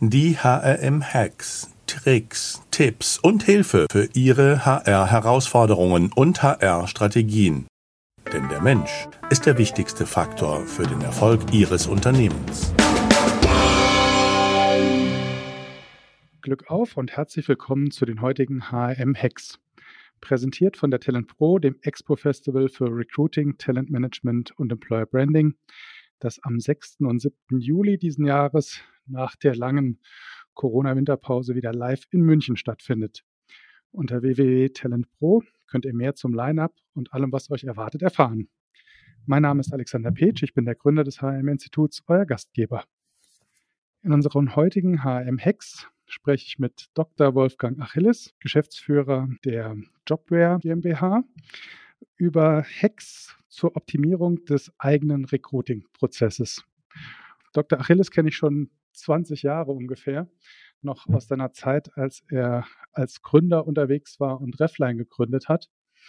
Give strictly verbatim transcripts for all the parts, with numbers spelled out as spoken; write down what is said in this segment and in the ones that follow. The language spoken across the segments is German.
Die H R M-Hacks, Tricks, Tipps und Hilfe für Ihre H R-Herausforderungen und H R-Strategien. Denn der Mensch ist der wichtigste Faktor für den Erfolg Ihres Unternehmens. Glück auf und herzlich willkommen zu den heutigen H R M-Hacks. Präsentiert von der Talent Pro, dem Expo-Festival für Recruiting, Talent Management und Employer Branding, das am sechsten und siebten Juli diesen Jahres nach der langen Corona-Winterpause wieder live in München stattfindet. Unter w w w punkt talent pro könnt ihr mehr zum Line-Up und allem, was euch erwartet, erfahren. Mein Name ist Alexander Petsch, ich bin der Gründer des H R M-Instituts, euer Gastgeber. In unseren heutigen H R M-Hacks spreche ich mit Doktor Wolfgang Achilles, Geschäftsführer der Jobware GmbH, über Hacks zur Optimierung des eigenen Recruiting-Prozesses. Doktor Achilles kenne ich schon zwanzig Jahre ungefähr, noch aus seiner Zeit, als er als Gründer unterwegs war und Refline gegründet hat.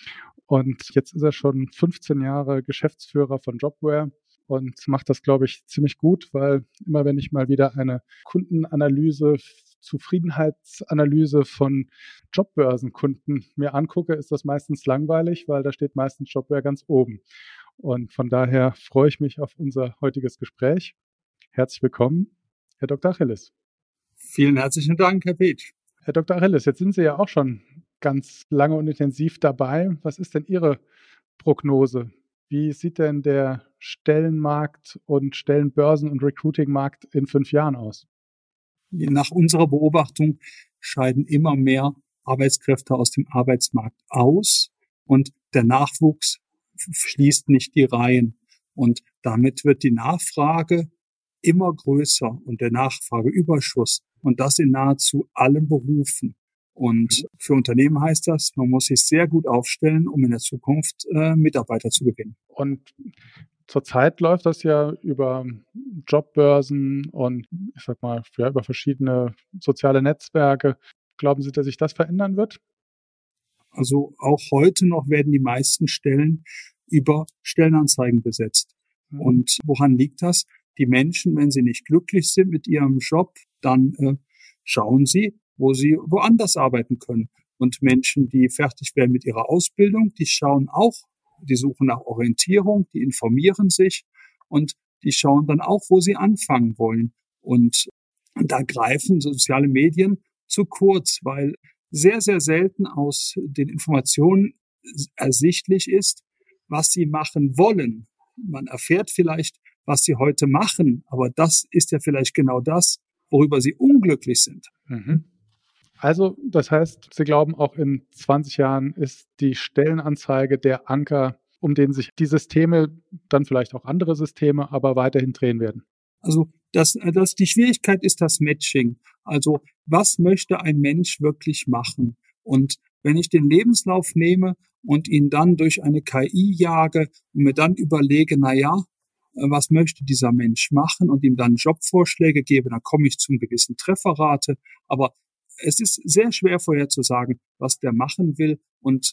Und jetzt ist er schon fünfzehn Jahre Geschäftsführer von Jobware und macht das, glaube ich, ziemlich gut, weil immer wenn ich mal wieder eine Kundenanalyse, Zufriedenheitsanalyse von Jobbörsenkunden mir angucke, ist das meistens langweilig, weil da steht meistens Jobware ganz oben. Und von daher freue ich mich auf unser heutiges Gespräch. Herzlich willkommen, Herr Doktor Achilles. Vielen herzlichen Dank, Herr Petsch. Herr Doktor Achilles, jetzt sind Sie ja auch schon ganz lange und intensiv dabei. Was ist denn Ihre Prognose? Wie sieht denn der Stellenmarkt und Stellenbörsen- und Recruiting-Markt in fünf Jahren aus? Nach unserer Beobachtung scheiden immer mehr Arbeitskräfte aus dem Arbeitsmarkt aus und der Nachwuchs schließt nicht die Reihen. Und damit wird die Nachfrage immer größer und der Nachfrageüberschuss und das in nahezu allen Berufen. Und für Unternehmen heißt das, man muss sich sehr gut aufstellen, um in der Zukunft äh, Mitarbeiter zu gewinnen. Und zurzeit läuft das ja über Jobbörsen und ich sag mal, ja, über verschiedene soziale Netzwerke. Glauben Sie, dass sich das verändern wird? Also auch heute noch werden die meisten Stellen über Stellenanzeigen besetzt. Mhm. Und woran liegt das? Die Menschen, wenn sie nicht glücklich sind mit ihrem Job, dann äh, schauen sie, wo sie woanders arbeiten können. Und Menschen, die fertig werden mit ihrer Ausbildung, die schauen auch, die suchen nach Orientierung, die informieren sich und die schauen dann auch, wo sie anfangen wollen. Und da greifen soziale Medien zu kurz, weil sehr, sehr selten aus den Informationen ersichtlich ist, was sie machen wollen. Man erfährt vielleicht, was sie heute machen, aber das ist ja vielleicht genau das, worüber sie unglücklich sind. Mhm. Also, das heißt, Sie glauben, auch in zwanzig Jahren ist die Stellenanzeige der Anker, um den sich die Systeme, dann vielleicht auch andere Systeme, aber weiterhin drehen werden? Also, das, das, die Schwierigkeit ist das Matching. Also, was möchte ein Mensch wirklich machen? Und wenn ich den Lebenslauf nehme und ihn dann durch eine K I jage und mir dann überlege, na ja, was möchte dieser Mensch machen und ihm dann Jobvorschläge gebe, dann komme ich zu einer gewissen Trefferrate. Aber es ist sehr schwer vorherzusagen, was der machen will. Und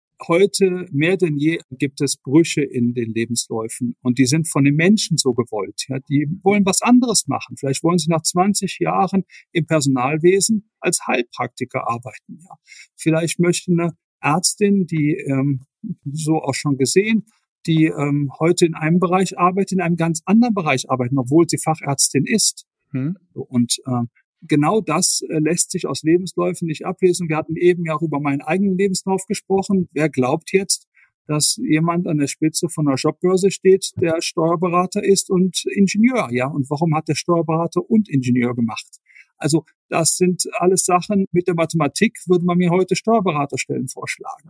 heute mehr denn je gibt es Brüche in den Lebensläufen und die sind von den Menschen so gewollt. Ja, die wollen was anderes machen. Vielleicht wollen sie nach zwanzig Jahren im Personalwesen als Heilpraktiker arbeiten. Ja, vielleicht möchte eine Ärztin, die ähm, so auch schon gesehen, die ähm, heute in einem Bereich arbeitet, in einem ganz anderen Bereich arbeiten, obwohl sie Fachärztin ist. Hm. Und ähm, genau das äh, lässt sich aus Lebensläufen nicht ablesen. Wir hatten eben ja auch über meinen eigenen Lebenslauf gesprochen. Wer glaubt jetzt, dass jemand an der Spitze von einer Jobbörse steht, der Steuerberater ist und Ingenieur? Ja, und warum hat der Steuerberater und Ingenieur gemacht? Also das sind alles Sachen, mit der Mathematik würde man mir heute Steuerberaterstellen vorschlagen.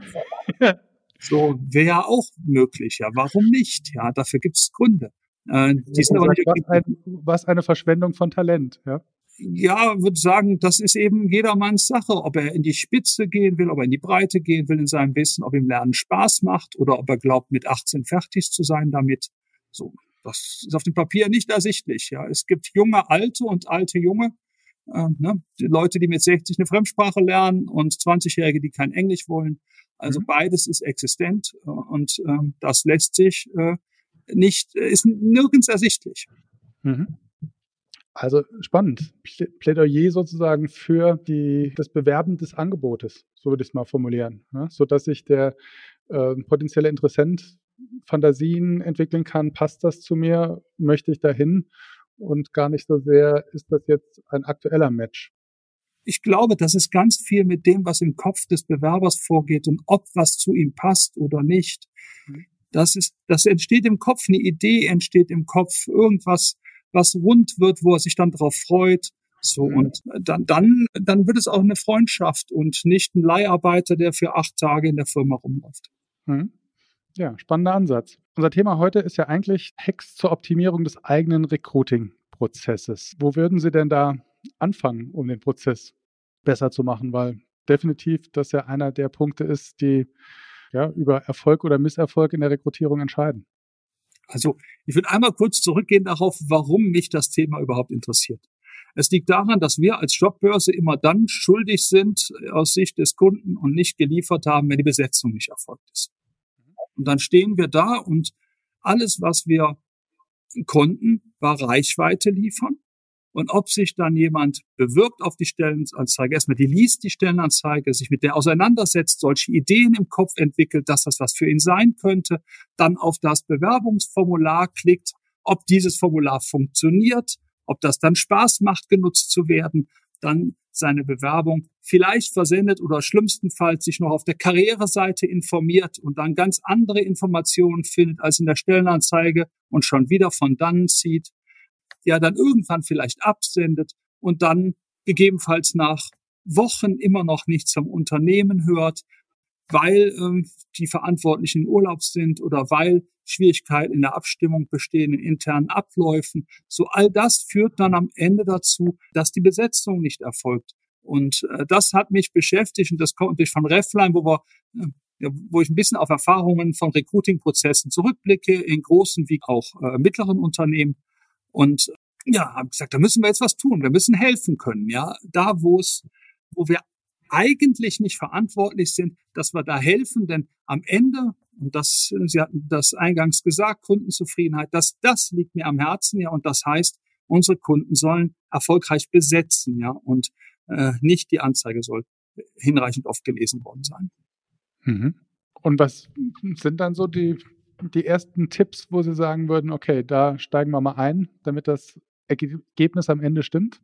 So wäre ja auch möglich. Ja, warum nicht? Ja, dafür gibt es Gründe. Äh, die sind aber nicht was, ein, was eine Verschwendung von Talent, ja? Ja, würde sagen, das ist eben jedermanns Sache, ob er in die Spitze gehen will, ob er in die Breite gehen will in seinem Wissen, ob ihm Lernen Spaß macht oder ob er glaubt, mit achtzehn fertig zu sein damit. So, das ist auf dem Papier nicht ersichtlich. Ja, es gibt junge Alte und alte Junge. Äh, ne? Die Leute, die mit sechzig eine Fremdsprache lernen und zwanzigjährige, die kein Englisch wollen. Also mhm. beides ist existent und äh, das lässt sich äh, nicht, ist nirgends ersichtlich. Mhm. Also spannend. Plädoyer sozusagen für die, das Bewerben des Angebotes, so würde ich es mal formulieren, ne? Sodass sich der äh, potenzielle Interessent Fantasien entwickeln kann, passt das zu mir, möchte ich dahin und gar nicht so sehr, ist das jetzt ein aktueller Match. Ich glaube, das ist ganz viel mit dem, was im Kopf des Bewerbers vorgeht und ob was zu ihm passt oder nicht. Das ist, das entsteht im Kopf, eine Idee entsteht im Kopf, irgendwas, was rund wird, wo er sich dann drauf freut. So, mhm. und dann, dann, dann wird es auch eine Freundschaft und nicht ein Leiharbeiter, der für acht Tage in der Firma rumläuft. Mhm. Ja, spannender Ansatz. Unser Thema heute ist ja eigentlich Hacks zur Optimierung des eigenen Recruiting-Prozesses. Wo würden Sie denn da anfangen, um den Prozess besser zu machen? Weil definitiv das ja einer der Punkte ist, die ja über Erfolg oder Misserfolg in der Rekrutierung entscheiden. Also ich würde einmal kurz zurückgehen darauf, warum mich das Thema überhaupt interessiert. Es liegt daran, dass wir als Jobbörse immer dann schuldig sind aus Sicht des Kunden und nicht geliefert haben, wenn die Besetzung nicht erfolgt ist. Und dann stehen wir da und alles, was wir konnten, war Reichweite liefern. Und ob sich dann jemand bewirbt auf die Stellenanzeige, erstmal die liest die Stellenanzeige, sich mit der auseinandersetzt, solche Ideen im Kopf entwickelt, dass das was für ihn sein könnte, dann auf das Bewerbungsformular klickt, ob dieses Formular funktioniert, ob das dann Spaß macht, genutzt zu werden, dann seine Bewerbung vielleicht versendet oder schlimmstenfalls sich noch auf der Karriereseite informiert und dann ganz andere Informationen findet als in der Stellenanzeige und schon wieder von dannen zieht, ja dann irgendwann vielleicht absendet und dann gegebenenfalls nach Wochen immer noch nichts vom Unternehmen hört, weil ähm, die Verantwortlichen in Urlaub sind oder weil Schwierigkeiten in der Abstimmung bestehen, in internen Abläufen. So all das führt dann am Ende dazu, dass die Besetzung nicht erfolgt. Und äh, das hat mich beschäftigt und das kommt durch von Refline, wo wir äh, ja, wo ich ein bisschen auf Erfahrungen von Recruiting-Prozessen zurückblicke, in großen wie auch äh, mittleren Unternehmen. Und ja, habe gesagt, da müssen wir jetzt was tun. Wir müssen helfen können. Ja, da wo es, wo wir eigentlich nicht verantwortlich sind, dass wir da helfen, denn am Ende, und das, Sie hatten das eingangs gesagt, Kundenzufriedenheit, das, das liegt mir am Herzen, ja, und das heißt, unsere Kunden sollen erfolgreich besetzen, ja, und äh, nicht die Anzeige soll hinreichend oft gelesen worden sein. Mhm. Und was sind dann so die, die ersten Tipps, wo Sie sagen würden, okay, da steigen wir mal ein, damit das Ergebnis am Ende stimmt?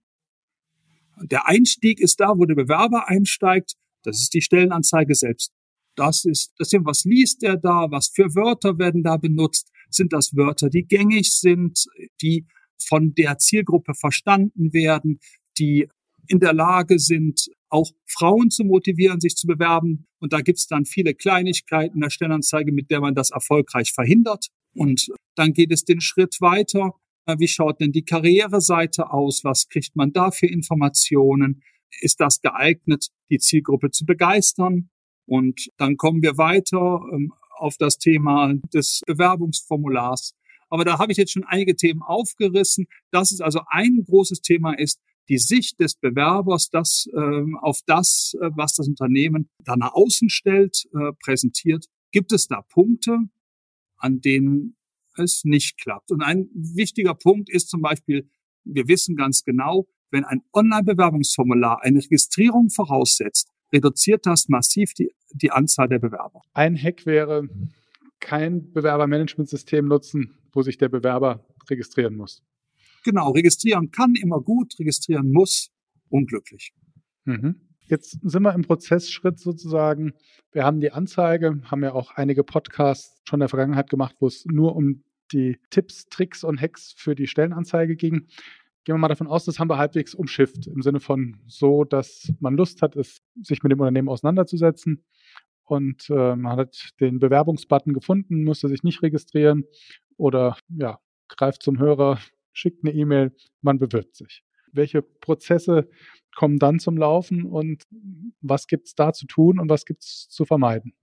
Der Einstieg ist da, wo der Bewerber einsteigt. Das ist die Stellenanzeige selbst. Das ist, das ist, was liest er da? Was für Wörter werden da benutzt? Sind das Wörter, die gängig sind, die von der Zielgruppe verstanden werden, die in der Lage sind, auch Frauen zu motivieren, sich zu bewerben? Und da gibt's dann viele Kleinigkeiten in der Stellenanzeige, mit der man das erfolgreich verhindert. Und dann geht es den Schritt weiter. Wie schaut denn die Karriereseite aus? Was kriegt man da für Informationen? Ist das geeignet, die Zielgruppe zu begeistern? Und dann kommen wir weiter ähm, auf das Thema des Bewerbungsformulars. Aber da habe ich jetzt schon einige Themen aufgerissen. Dass es also ein großes Thema ist, die Sicht des Bewerbers, das ähm, auf das, äh, was das Unternehmen da nach außen stellt, äh, präsentiert. Gibt es da Punkte, an denen es nicht klappt? Und ein wichtiger Punkt ist zum Beispiel, wir wissen ganz genau, wenn ein Online-Bewerbungsformular eine Registrierung voraussetzt, reduziert das massiv die, die Anzahl der Bewerber. Ein Hack wäre, kein Bewerbermanagementsystem nutzen, wo sich der Bewerber registrieren muss. Genau, registrieren kann immer gut, registrieren muss unglücklich. Mhm. Jetzt sind wir im Prozessschritt sozusagen. Wir haben die Anzeige, haben ja auch einige Podcasts schon in der Vergangenheit gemacht, wo es nur um die Tipps, Tricks und Hacks für die Stellenanzeige ging. Gehen wir mal davon aus, das haben wir halbwegs umschifft, im Sinne von so, dass man Lust hat, es, sich mit dem Unternehmen auseinanderzusetzen. Und äh, man hat den Bewerbungsbutton gefunden, musste sich nicht registrieren oder ja, greift zum Hörer, schickt eine E-Mail, man bewirbt sich. Welche Prozesse kommen dann zum Laufen und was gibt es da zu tun und was gibt es zu vermeiden?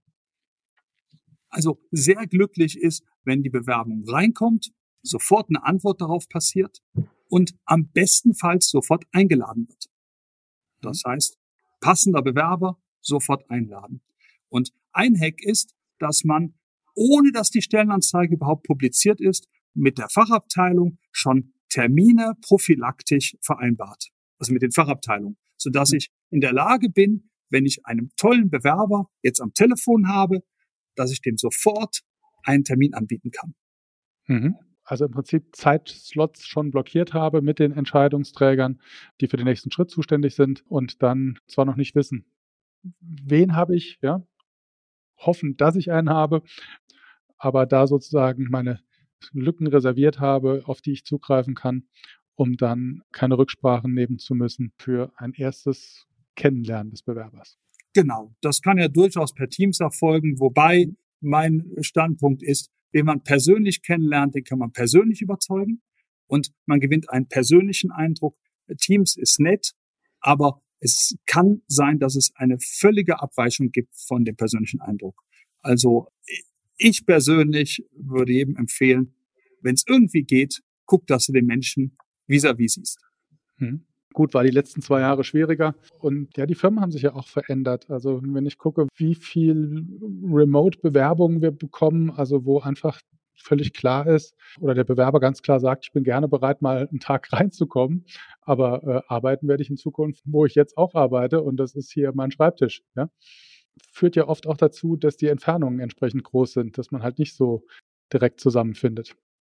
Also sehr glücklich ist, wenn die Bewerbung reinkommt, sofort eine Antwort darauf passiert und am bestenfalls sofort eingeladen wird. Das heißt, passender Bewerber sofort einladen. Und ein Hack ist, dass man, ohne dass die Stellenanzeige überhaupt publiziert ist, mit der Fachabteilung schon Termine prophylaktisch vereinbart, also mit den Fachabteilungen, sodass ich in der Lage bin, wenn ich einen tollen Bewerber jetzt am Telefon habe, dass ich dem sofort einen Termin anbieten kann. Mhm. Also im Prinzip Zeitslots schon blockiert habe mit den Entscheidungsträgern, die für den nächsten Schritt zuständig sind und dann zwar noch nicht wissen, wen habe ich, ja, hoffen, dass ich einen habe, aber da sozusagen meine Lücken reserviert habe, auf die ich zugreifen kann, um dann keine Rücksprachen nehmen zu müssen für ein erstes Kennenlernen des Bewerbers. Genau, das kann ja durchaus per Teams erfolgen, wobei mein Standpunkt ist, wen man persönlich kennenlernt, den kann man persönlich überzeugen und man gewinnt einen persönlichen Eindruck. Teams ist nett, aber es kann sein, dass es eine völlige Abweichung gibt von dem persönlichen Eindruck. Also ich persönlich würde jedem empfehlen, wenn es irgendwie geht, guck, dass du den Menschen vis-à-vis siehst. Hm. Gut, war die letzten zwei Jahre schwieriger. Und ja, die Firmen haben sich ja auch verändert. Also wenn ich gucke, wie viel Remote-Bewerbungen wir bekommen, also wo einfach völlig klar ist oder der Bewerber ganz klar sagt, ich bin gerne bereit, mal einen Tag reinzukommen, aber äh, arbeiten werde ich in Zukunft, wo ich jetzt auch arbeite und das ist hier mein Schreibtisch. Ja? Führt ja oft auch dazu, dass die Entfernungen entsprechend groß sind, dass man halt nicht so direkt zusammenfindet.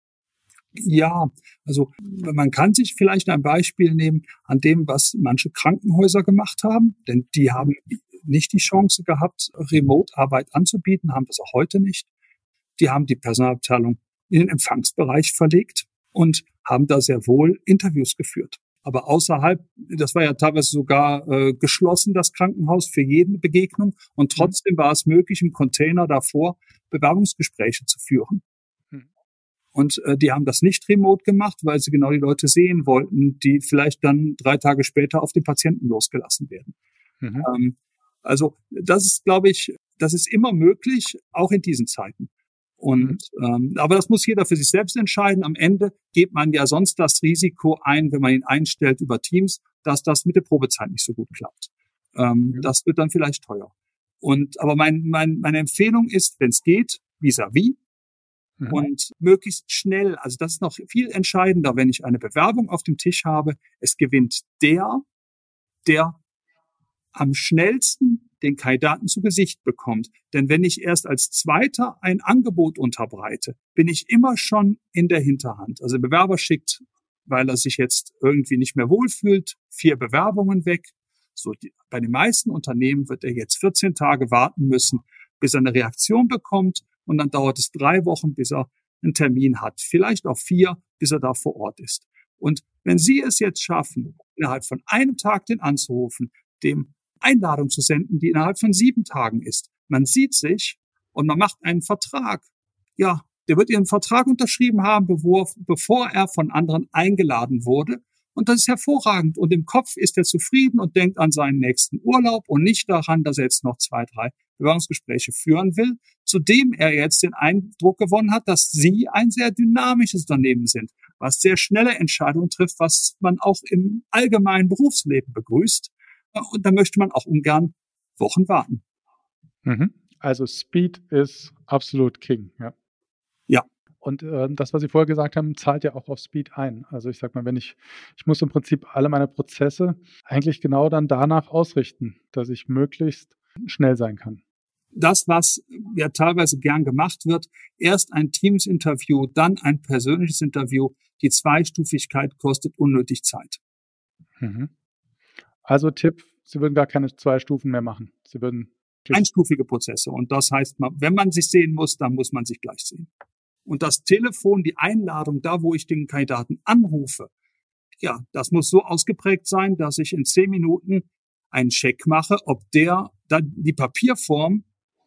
Ja, also man kann sich vielleicht ein Beispiel nehmen an dem, was manche Krankenhäuser gemacht haben, denn die haben nicht die Chance gehabt, Remote-Arbeit anzubieten, haben das auch heute nicht. Die haben die Personalabteilung in den Empfangsbereich verlegt und haben da sehr wohl Interviews geführt. Aber außerhalb, das war ja teilweise sogar äh, geschlossen, das Krankenhaus für jede Begegnung und trotzdem war es möglich, im Container davor Bewerbungsgespräche zu führen. Und äh, die haben das nicht remote gemacht, weil sie genau die Leute sehen wollten, die vielleicht dann drei Tage später auf den Patienten losgelassen werden. Mhm. Ähm, also das ist, glaube ich, das ist immer möglich, auch in diesen Zeiten. Und mhm. ähm, aber das muss jeder für sich selbst entscheiden. Am Ende geht man ja sonst das Risiko ein, wenn man ihn einstellt über Teams, dass das mit der Probezeit nicht so gut klappt. Ähm, mhm. Das wird dann vielleicht teuer. Und aber mein, mein, meine Empfehlung ist, wenn es geht, vis-à-vis. Mhm. Und möglichst schnell, also das ist noch viel entscheidender, wenn ich eine Bewerbung auf dem Tisch habe, es gewinnt der, der am schnellsten den Kandidaten zu Gesicht bekommt. Denn wenn ich erst als Zweiter ein Angebot unterbreite, bin ich immer schon in der Hinterhand. Also der Bewerber schickt, weil er sich jetzt irgendwie nicht mehr wohlfühlt, vier Bewerbungen weg. So, die, bei den meisten Unternehmen wird er jetzt vierzehn Tage warten müssen, bis er eine Reaktion bekommt. Und dann dauert es drei Wochen, bis er einen Termin hat. Vielleicht auch vier, bis er da vor Ort ist. Und wenn Sie es jetzt schaffen, innerhalb von einem Tag den anzurufen, dem Einladung zu senden, die innerhalb von sieben Tagen ist, man sieht sich und man macht einen Vertrag. Ja, der wird Ihren Vertrag unterschrieben haben, bevor, bevor er von anderen eingeladen wurde. Und das ist hervorragend. Und im Kopf ist er zufrieden und denkt an seinen nächsten Urlaub und nicht daran, dass er jetzt noch zwei, drei Bewerbungsgespräche führen will, zu dem er jetzt den Eindruck gewonnen hat, dass Sie ein sehr dynamisches Unternehmen sind, was sehr schnelle Entscheidungen trifft, was man auch im allgemeinen Berufsleben begrüßt. Und da möchte man auch ungern Wochen warten. Mhm. Also Speed ist absolut King. Ja. Ja. Und äh, das, was Sie vorher gesagt haben, zahlt ja auch auf Speed ein. Also ich sag mal, wenn ich, ich muss im Prinzip alle meine Prozesse eigentlich genau dann danach ausrichten, dass ich möglichst schnell sein kann. Das, was ja teilweise gern gemacht wird, erst ein Teams-Interview, dann ein persönliches Interview, die Zweistufigkeit kostet unnötig Zeit. Mhm. Also Tipp, Sie würden gar keine zwei Stufen mehr machen. Sie würden einstufige Prozesse. Und das heißt, wenn man sich sehen muss, dann muss man sich gleich sehen. Und das Telefon, die Einladung, da wo ich den Kandidaten anrufe, ja, das muss so ausgeprägt sein, dass ich in zehn Minuten einen Check mache, ob der, da die Papierform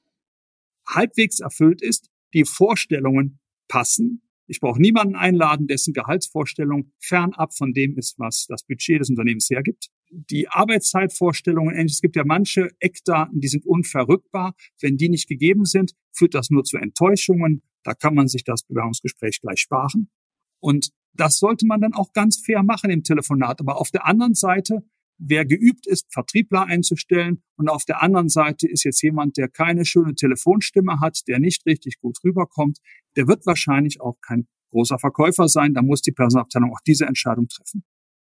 halbwegs erfüllt ist, die Vorstellungen passen. Ich brauche niemanden einladen, dessen Gehaltsvorstellung fernab von dem ist, was das Budget des Unternehmens hergibt. Die Arbeitszeitvorstellungen, es gibt ja manche Eckdaten, die sind unverrückbar. Wenn die nicht gegeben sind, führt das nur zu Enttäuschungen. Da kann man sich das Bewerbungsgespräch gleich sparen. Und das sollte man dann auch ganz fair machen im Telefonat. Aber auf der anderen Seite, wer geübt ist, Vertriebler einzustellen, und auf der anderen Seite ist jetzt jemand, der keine schöne Telefonstimme hat, der nicht richtig gut rüberkommt, der wird wahrscheinlich auch kein großer Verkäufer sein, dann muss die Personalabteilung auch diese Entscheidung treffen.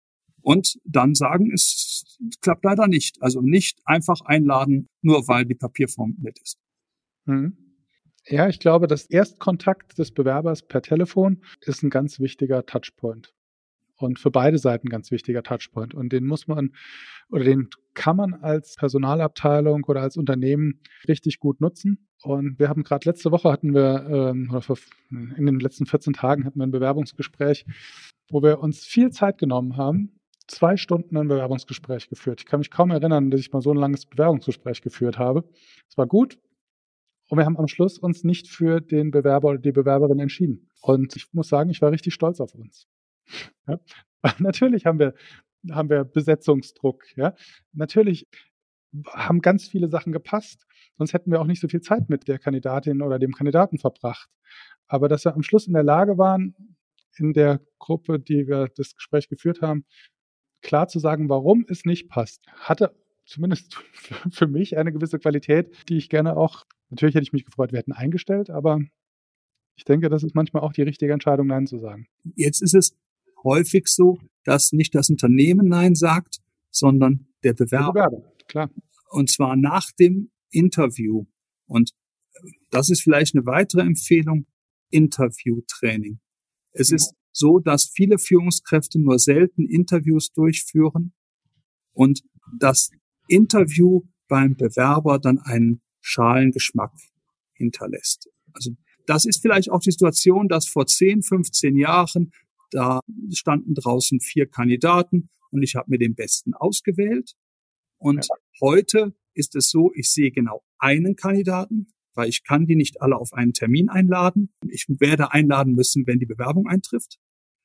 Und dann sagen, es klappt leider nicht. Also nicht einfach einladen, nur weil die Papierform nett ist. Mhm. Ja, ich glaube, das Erstkontakt des Bewerbers per Telefon ist ein ganz wichtiger Touchpoint. Und für beide Seiten ein ganz wichtiger Touchpoint. Und den muss man oder den kann man als Personalabteilung oder als Unternehmen richtig gut nutzen. Und wir haben gerade letzte Woche hatten wir, ähm, oder vor, in den letzten vierzehn Tagen hatten wir ein Bewerbungsgespräch, wo wir uns viel Zeit genommen haben, zwei Stunden ein Bewerbungsgespräch geführt. Ich kann mich kaum erinnern, dass ich mal so ein langes Bewerbungsgespräch geführt habe. Es war gut. Und wir haben am Schluss uns nicht für den Bewerber oder die Bewerberin entschieden. Und ich muss sagen, ich war richtig stolz auf uns. Ja? Natürlich haben wir, haben wir Besetzungsdruck. Ja? Natürlich haben ganz viele Sachen gepasst. Sonst hätten wir auch nicht so viel Zeit mit der Kandidatin oder dem Kandidaten verbracht. Aber dass wir am Schluss in der Lage waren, in der Gruppe, die wir das Gespräch geführt haben, klar zu sagen, warum es nicht passt, hatte zumindest für mich eine gewisse Qualität, die ich gerne auch, natürlich hätte ich mich gefreut, wir hätten eingestellt, aber ich denke, das ist manchmal auch die richtige Entscheidung, Nein zu sagen. Jetzt ist es häufig so, dass nicht das Unternehmen Nein sagt, sondern der Bewerber. Der Bewerber, klar. Und zwar nach dem Interview. Und das ist vielleicht eine weitere Empfehlung, Interviewtraining. Es Mhm. ist so, dass viele Führungskräfte nur selten Interviews durchführen und das Interview beim Bewerber dann einen schalen Geschmack hinterlässt. Also das ist vielleicht auch die Situation, dass vor zehn, fünfzehn Jahren, da standen draußen vier Kandidaten und ich habe mir den besten ausgewählt. Und ja. Heute ist es so, ich sehe genau einen Kandidaten, weil ich kann die nicht alle auf einen Termin einladen. Ich werde einladen müssen, wenn die Bewerbung eintrifft.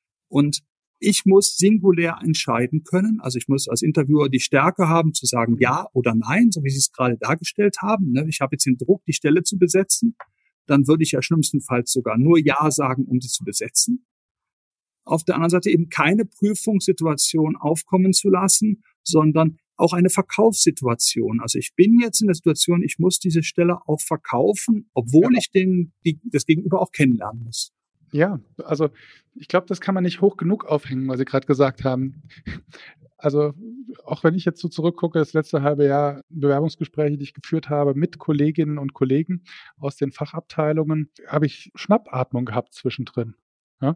Und ich muss singulär entscheiden können. Also ich muss als Interviewer die Stärke haben, zu sagen ja oder nein, so wie Sie es gerade dargestellt haben. Ich habe jetzt den Druck, die Stelle zu besetzen. Dann würde ich ja schlimmstenfalls sogar nur ja sagen, um sie zu besetzen. Auf der anderen Seite eben keine Prüfungssituation aufkommen zu lassen, sondern auch eine Verkaufssituation. Also ich bin jetzt in der Situation, ich muss diese Stelle auch verkaufen, obwohl ja. ich den, die, das Gegenüber auch kennenlernen muss. Ja, also ich glaube, das kann man nicht hoch genug aufhängen, was Sie gerade gesagt haben. Also auch wenn ich jetzt so zurückgucke, das letzte halbe Jahr Bewerbungsgespräche, die ich geführt habe mit Kolleginnen und Kollegen aus den Fachabteilungen, habe ich Schnappatmung gehabt zwischendrin. Ja?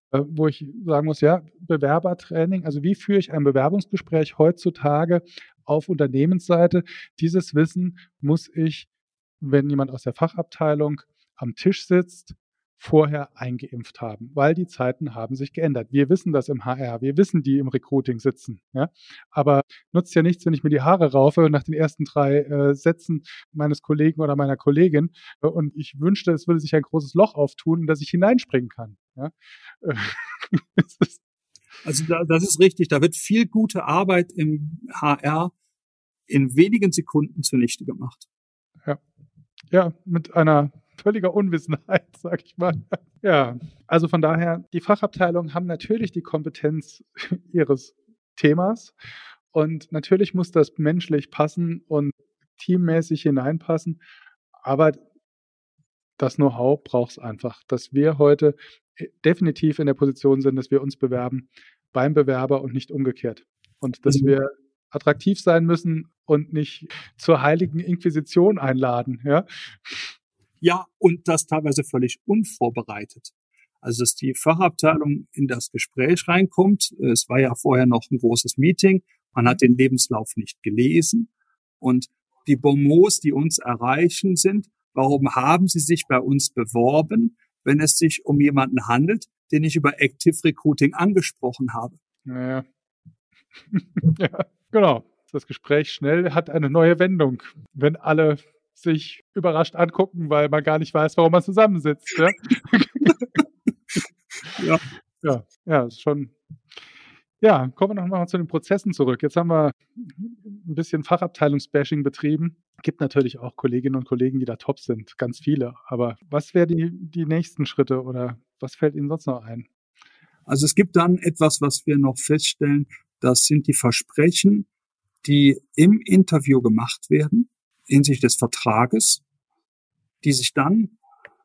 Wo ich sagen muss, ja, Bewerbertraining, also wie führe ich ein Bewerbungsgespräch heutzutage auf Unternehmensseite? Dieses Wissen muss ich, wenn jemand aus der Fachabteilung am Tisch sitzt, vorher eingeimpft haben, weil die Zeiten haben sich geändert. Wir wissen das im H R, wir wissen, die im Recruiting sitzen. Ja? Aber nutzt ja nichts, wenn ich mir die Haare raufe nach den ersten drei äh, Sätzen meines Kollegen oder meiner Kollegin äh, und ich wünschte, es würde sich ein großes Loch auftun, in das ich hineinspringen kann. Ja? Also da, das ist richtig, da wird viel gute Arbeit im H R in wenigen Sekunden zunichte gemacht. Ja, ja, mit einer völliger Unwissenheit, sag ich mal. Ja, also von daher, die Fachabteilungen haben natürlich die Kompetenz ihres Themas und natürlich muss das menschlich passen und teammäßig hineinpassen, aber das Know-how braucht es einfach, dass wir heute definitiv in der Position sind, dass wir uns bewerben beim Bewerber und nicht umgekehrt. Und dass mhm. wir attraktiv sein müssen und nicht zur heiligen Inquisition einladen, ja. Ja, und das teilweise völlig unvorbereitet. Also, dass die Fachabteilung in das Gespräch reinkommt. Es war ja vorher noch ein großes Meeting. Man hat den Lebenslauf nicht gelesen. Und die Bonmots, die uns erreichen, sind, warum haben Sie sich bei uns beworben, wenn es sich um jemanden handelt, den ich über Active Recruiting angesprochen habe? Naja. Ja, genau. Das Gespräch schnell hat eine neue Wendung, wenn alle sich überrascht angucken, weil man gar nicht weiß, warum man zusammensitzt. Ja, ja, ja, ja, ist schon. Ja, kommen wir noch mal zu den Prozessen zurück. Jetzt haben wir ein bisschen Fachabteilungsbashing betrieben. Gibt natürlich auch Kolleginnen und Kollegen, die da top sind, ganz viele. Aber was wären die, die nächsten Schritte oder was fällt Ihnen sonst noch ein? Also es gibt dann etwas, was wir noch feststellen, das sind die Versprechen, die im Interview gemacht werden, hinsichtlich des Vertrages, die sich dann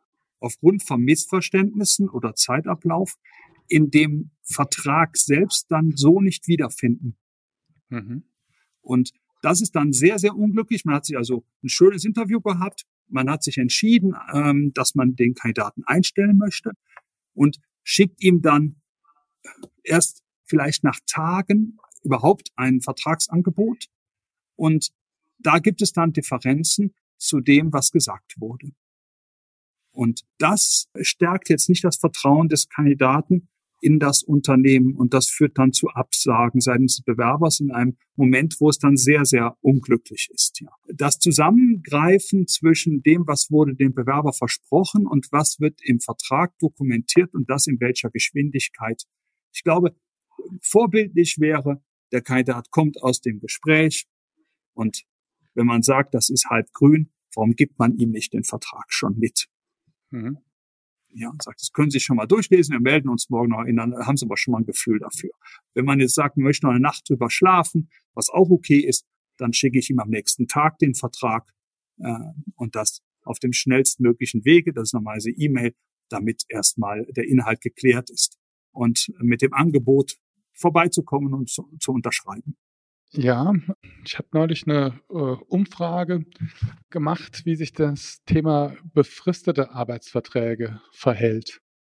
aufgrund von Missverständnissen oder Zeitablauf in dem Vertrag selbst dann so nicht wiederfinden. Mhm. Und das ist dann sehr, sehr unglücklich. Man hat sich also ein schönes Interview gehabt. Man hat sich entschieden, ähm, dass man den Kandidaten einstellen möchte und schickt ihm dann erst vielleicht nach Tagen überhaupt ein Vertragsangebot. Und da gibt es dann Differenzen zu dem, was gesagt wurde. Und das stärkt jetzt nicht das Vertrauen des Kandidaten in das Unternehmen. Und das führt dann zu Absagen seitens des Bewerbers in einem Moment, wo es dann sehr, sehr unglücklich ist. Ja. Das Zusammengreifen zwischen dem, was wurde dem Bewerber versprochen und was wird im Vertrag dokumentiert und das in welcher Geschwindigkeit. Ich glaube, vorbildlich wäre, der Kandidat kommt aus dem Gespräch und wenn man sagt, das ist halb grün, warum gibt man ihm nicht den Vertrag schon mit? Mhm. Ja, und sagt, das können Sie schon mal durchlesen, wir melden uns morgen noch in, dann haben Sie aber schon mal ein Gefühl dafür. Wenn man jetzt sagt, man möchte noch eine Nacht drüber schlafen, was auch okay ist, dann schicke ich ihm am nächsten Tag den Vertrag äh, und das auf dem schnellstmöglichen Wege, das ist normalerweise E-Mail, damit erstmal der Inhalt geklärt ist und mit dem Angebot vorbeizukommen und zu, zu unterschreiben. Ja, ich habe neulich eine äh, Umfrage gemacht, wie sich das Thema befristete Arbeitsverträge verhält.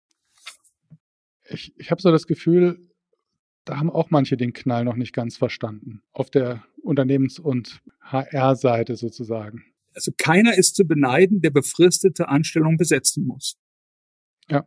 Ich, ich habe so das Gefühl, da haben auch manche den Knall noch nicht ganz verstanden, auf der Unternehmens- und H R-Seite sozusagen. Also keiner ist zu beneiden, der befristete Anstellung besetzen muss. Ja.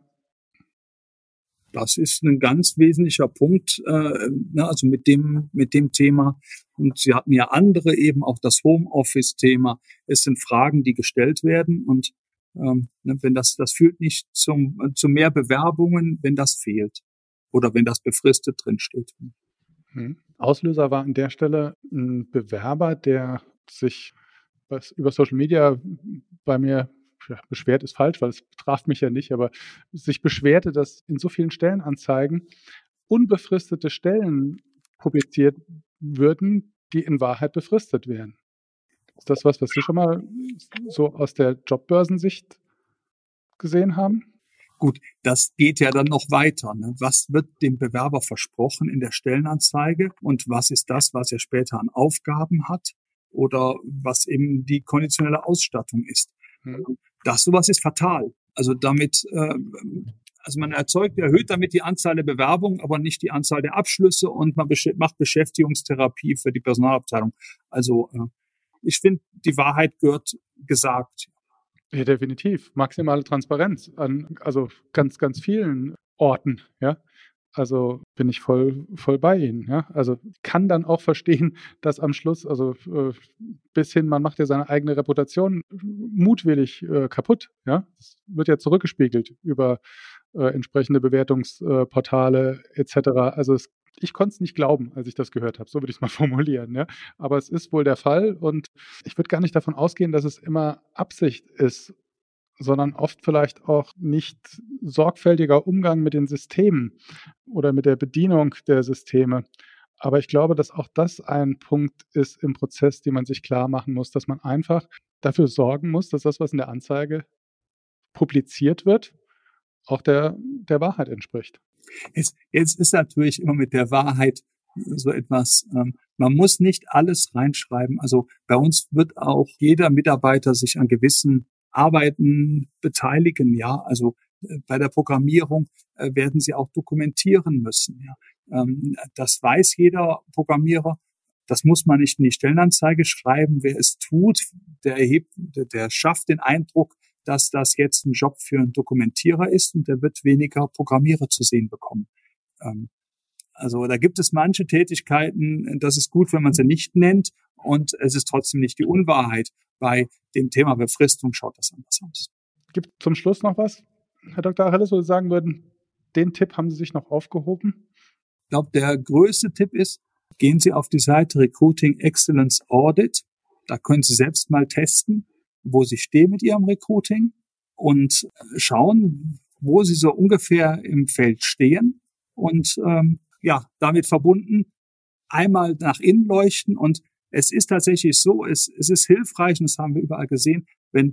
Das ist ein ganz wesentlicher Punkt, äh, ne, also mit dem mit dem Thema. Und Sie hatten ja andere eben auch das Homeoffice-Thema. Es sind Fragen, die gestellt werden und ähm, ne, wenn das das führt nicht zum zu mehr Bewerbungen, wenn das fehlt oder wenn das befristet drinsteht. Hm. Auslöser war an der Stelle ein Bewerber, der sich was über Social Media bei mir ja, beschwert ist falsch, weil es traf mich ja nicht, aber sich beschwerte, dass in so vielen Stellenanzeigen unbefristete Stellen publiziert würden, die in Wahrheit befristet wären. Ist das was, was Sie schon mal so aus der Jobbörsensicht gesehen haben? Gut, das geht ja dann noch weiter. Ne? Was wird dem Bewerber versprochen in der Stellenanzeige und was ist das, was er später an Aufgaben hat oder was eben die konditionelle Ausstattung ist? Hm. Das sowas ist fatal. Also damit, äh, also man erzeugt, erhöht damit die Anzahl der Bewerbungen, aber nicht die Anzahl der Abschlüsse und man besch- macht Beschäftigungstherapie für die Personalabteilung. Also äh, ich finde, die Wahrheit gehört gesagt. Ja, definitiv. Maximale Transparenz an also ganz, ganz vielen Orten, ja. Also bin ich voll, voll bei Ihnen, ja. Also kann dann auch verstehen, dass am Schluss, also äh, bis hin, man macht ja seine eigene Reputation mutwillig äh, kaputt, ja. Das wird ja zurückgespiegelt über äh, entsprechende Bewertungsportale äh, et cetera. Also es, ich konnte es nicht glauben, als ich das gehört habe. So würde ich es mal formulieren, ja. Aber es ist wohl der Fall und ich würde gar nicht davon ausgehen, dass es immer Absicht ist, sondern oft vielleicht auch nicht sorgfältiger Umgang mit den Systemen oder mit der Bedienung der Systeme. Aber ich glaube, dass auch das ein Punkt ist im Prozess, den man sich klar machen muss, dass man einfach dafür sorgen muss, dass das, was in der Anzeige publiziert wird, auch der, der Wahrheit entspricht. Jetzt, jetzt ist natürlich immer mit der Wahrheit so etwas, ähm, man muss nicht alles reinschreiben. Also bei uns wird auch jeder Mitarbeiter sich an gewissen Arbeiten beteiligen, ja, also äh, bei der Programmierung äh, werden sie auch dokumentieren müssen, ja. Ähm, das weiß jeder Programmierer, das muss man nicht in die Stellenanzeige schreiben. Wer es tut, der erhebt, der, der schafft den Eindruck, dass das jetzt ein Job für einen Dokumentierer ist und der wird weniger Programmierer zu sehen bekommen. Ähm, also da gibt es manche Tätigkeiten, das ist gut, wenn man sie nicht nennt und es ist trotzdem nicht die Unwahrheit. Bei dem Thema Befristung schaut das anders aus. Gibt zum Schluss noch was, Herr Doktor Achilles, wo Sie sagen würden, den Tipp haben Sie sich noch aufgehoben? Ich glaube, der größte Tipp ist, gehen Sie auf die Seite Recruiting Excellence Audit. Da können Sie selbst mal testen, wo Sie stehen mit Ihrem Recruiting und schauen, wo Sie so ungefähr im Feld stehen und ähm, ja, damit verbunden einmal nach innen leuchten und es ist tatsächlich so, es, es ist hilfreich, und das haben wir überall gesehen, wenn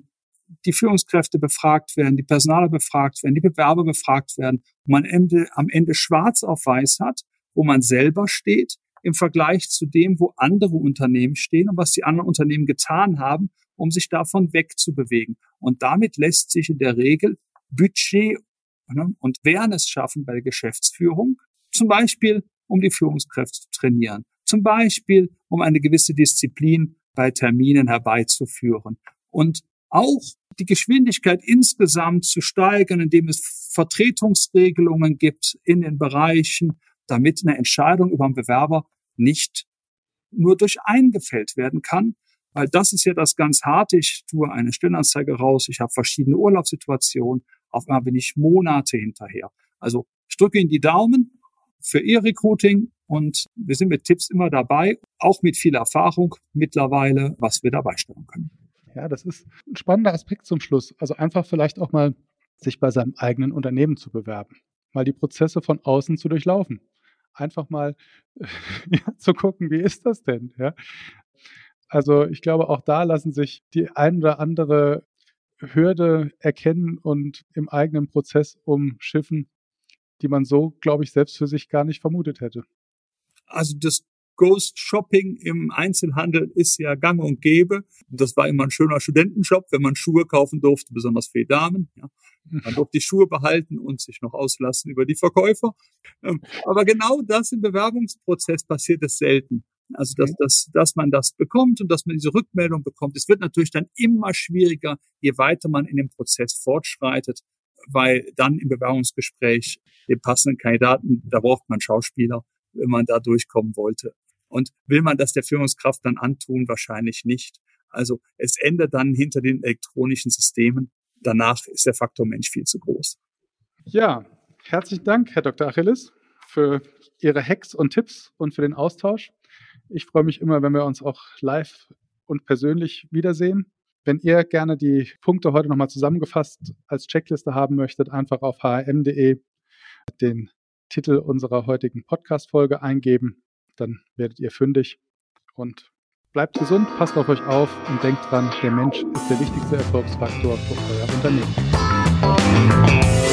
die Führungskräfte befragt werden, die Personaler befragt werden, die Bewerber befragt werden und man Ende, am Ende schwarz auf weiß hat, wo man selber steht im Vergleich zu dem, wo andere Unternehmen stehen und was die anderen Unternehmen getan haben, um sich davon wegzubewegen. Und damit lässt sich in der Regel Budget und Fairness schaffen bei der Geschäftsführung, zum Beispiel um die Führungskräfte zu trainieren, zum Beispiel um eine gewisse Disziplin bei Terminen herbeizuführen und auch die Geschwindigkeit insgesamt zu steigern, indem es Vertretungsregelungen gibt in den Bereichen, damit eine Entscheidung über einen Bewerber nicht nur durch einen gefällt werden kann, weil das ist ja das ganz Harte. Ich tue eine Stellenanzeige raus, ich habe verschiedene Urlaubssituationen, auf einmal bin ich Monate hinterher. Also ich drücke Ihnen die Daumen für Ihr Recruiting und wir sind mit Tipps immer dabei, auch mit viel Erfahrung mittlerweile, was wir dabei stellen können. Ja, das ist ein spannender Aspekt zum Schluss. Also einfach vielleicht auch mal sich bei seinem eigenen Unternehmen zu bewerben, mal die Prozesse von außen zu durchlaufen. Einfach mal ja, zu gucken, wie ist das denn? Ja? Also ich glaube, auch da lassen sich die ein oder andere Hürde erkennen und im eigenen Prozess umschiffen, die man so, glaube ich, selbst für sich gar nicht vermutet hätte. Also das Ghost Shopping im Einzelhandel ist ja gang und gäbe. Das war immer ein schöner Studentenshop, wenn man Schuhe kaufen durfte, besonders für die Damen. Ja. Man durfte die Schuhe behalten und sich noch auslassen über die Verkäufer. Aber genau das im Bewerbungsprozess passiert es selten. Also, dass, dass, dass man das bekommt und dass man diese Rückmeldung bekommt. Es wird natürlich dann immer schwieriger, je weiter man in dem Prozess fortschreitet, weil dann im Bewerbungsgespräch den passenden Kandidaten, da braucht man Schauspieler, wenn man da durchkommen wollte. Und will man das der Führungskraft dann antun? Wahrscheinlich nicht. Also es endet dann hinter den elektronischen Systemen. Danach ist der Faktor Mensch viel zu groß. Ja, herzlichen Dank, Herr Doktor Achilles, für Ihre Hacks und Tipps und für den Austausch. Ich freue mich immer, wenn wir uns auch live und persönlich wiedersehen. Wenn ihr gerne die Punkte heute nochmal zusammengefasst als Checkliste haben möchtet, einfach auf h r m punkt d e den Titel unserer heutigen Podcast-Folge eingeben. Dann werdet ihr fündig. Und bleibt gesund, passt auf euch auf und denkt dran, der Mensch ist der wichtigste Erfolgsfaktor für euer Unternehmen.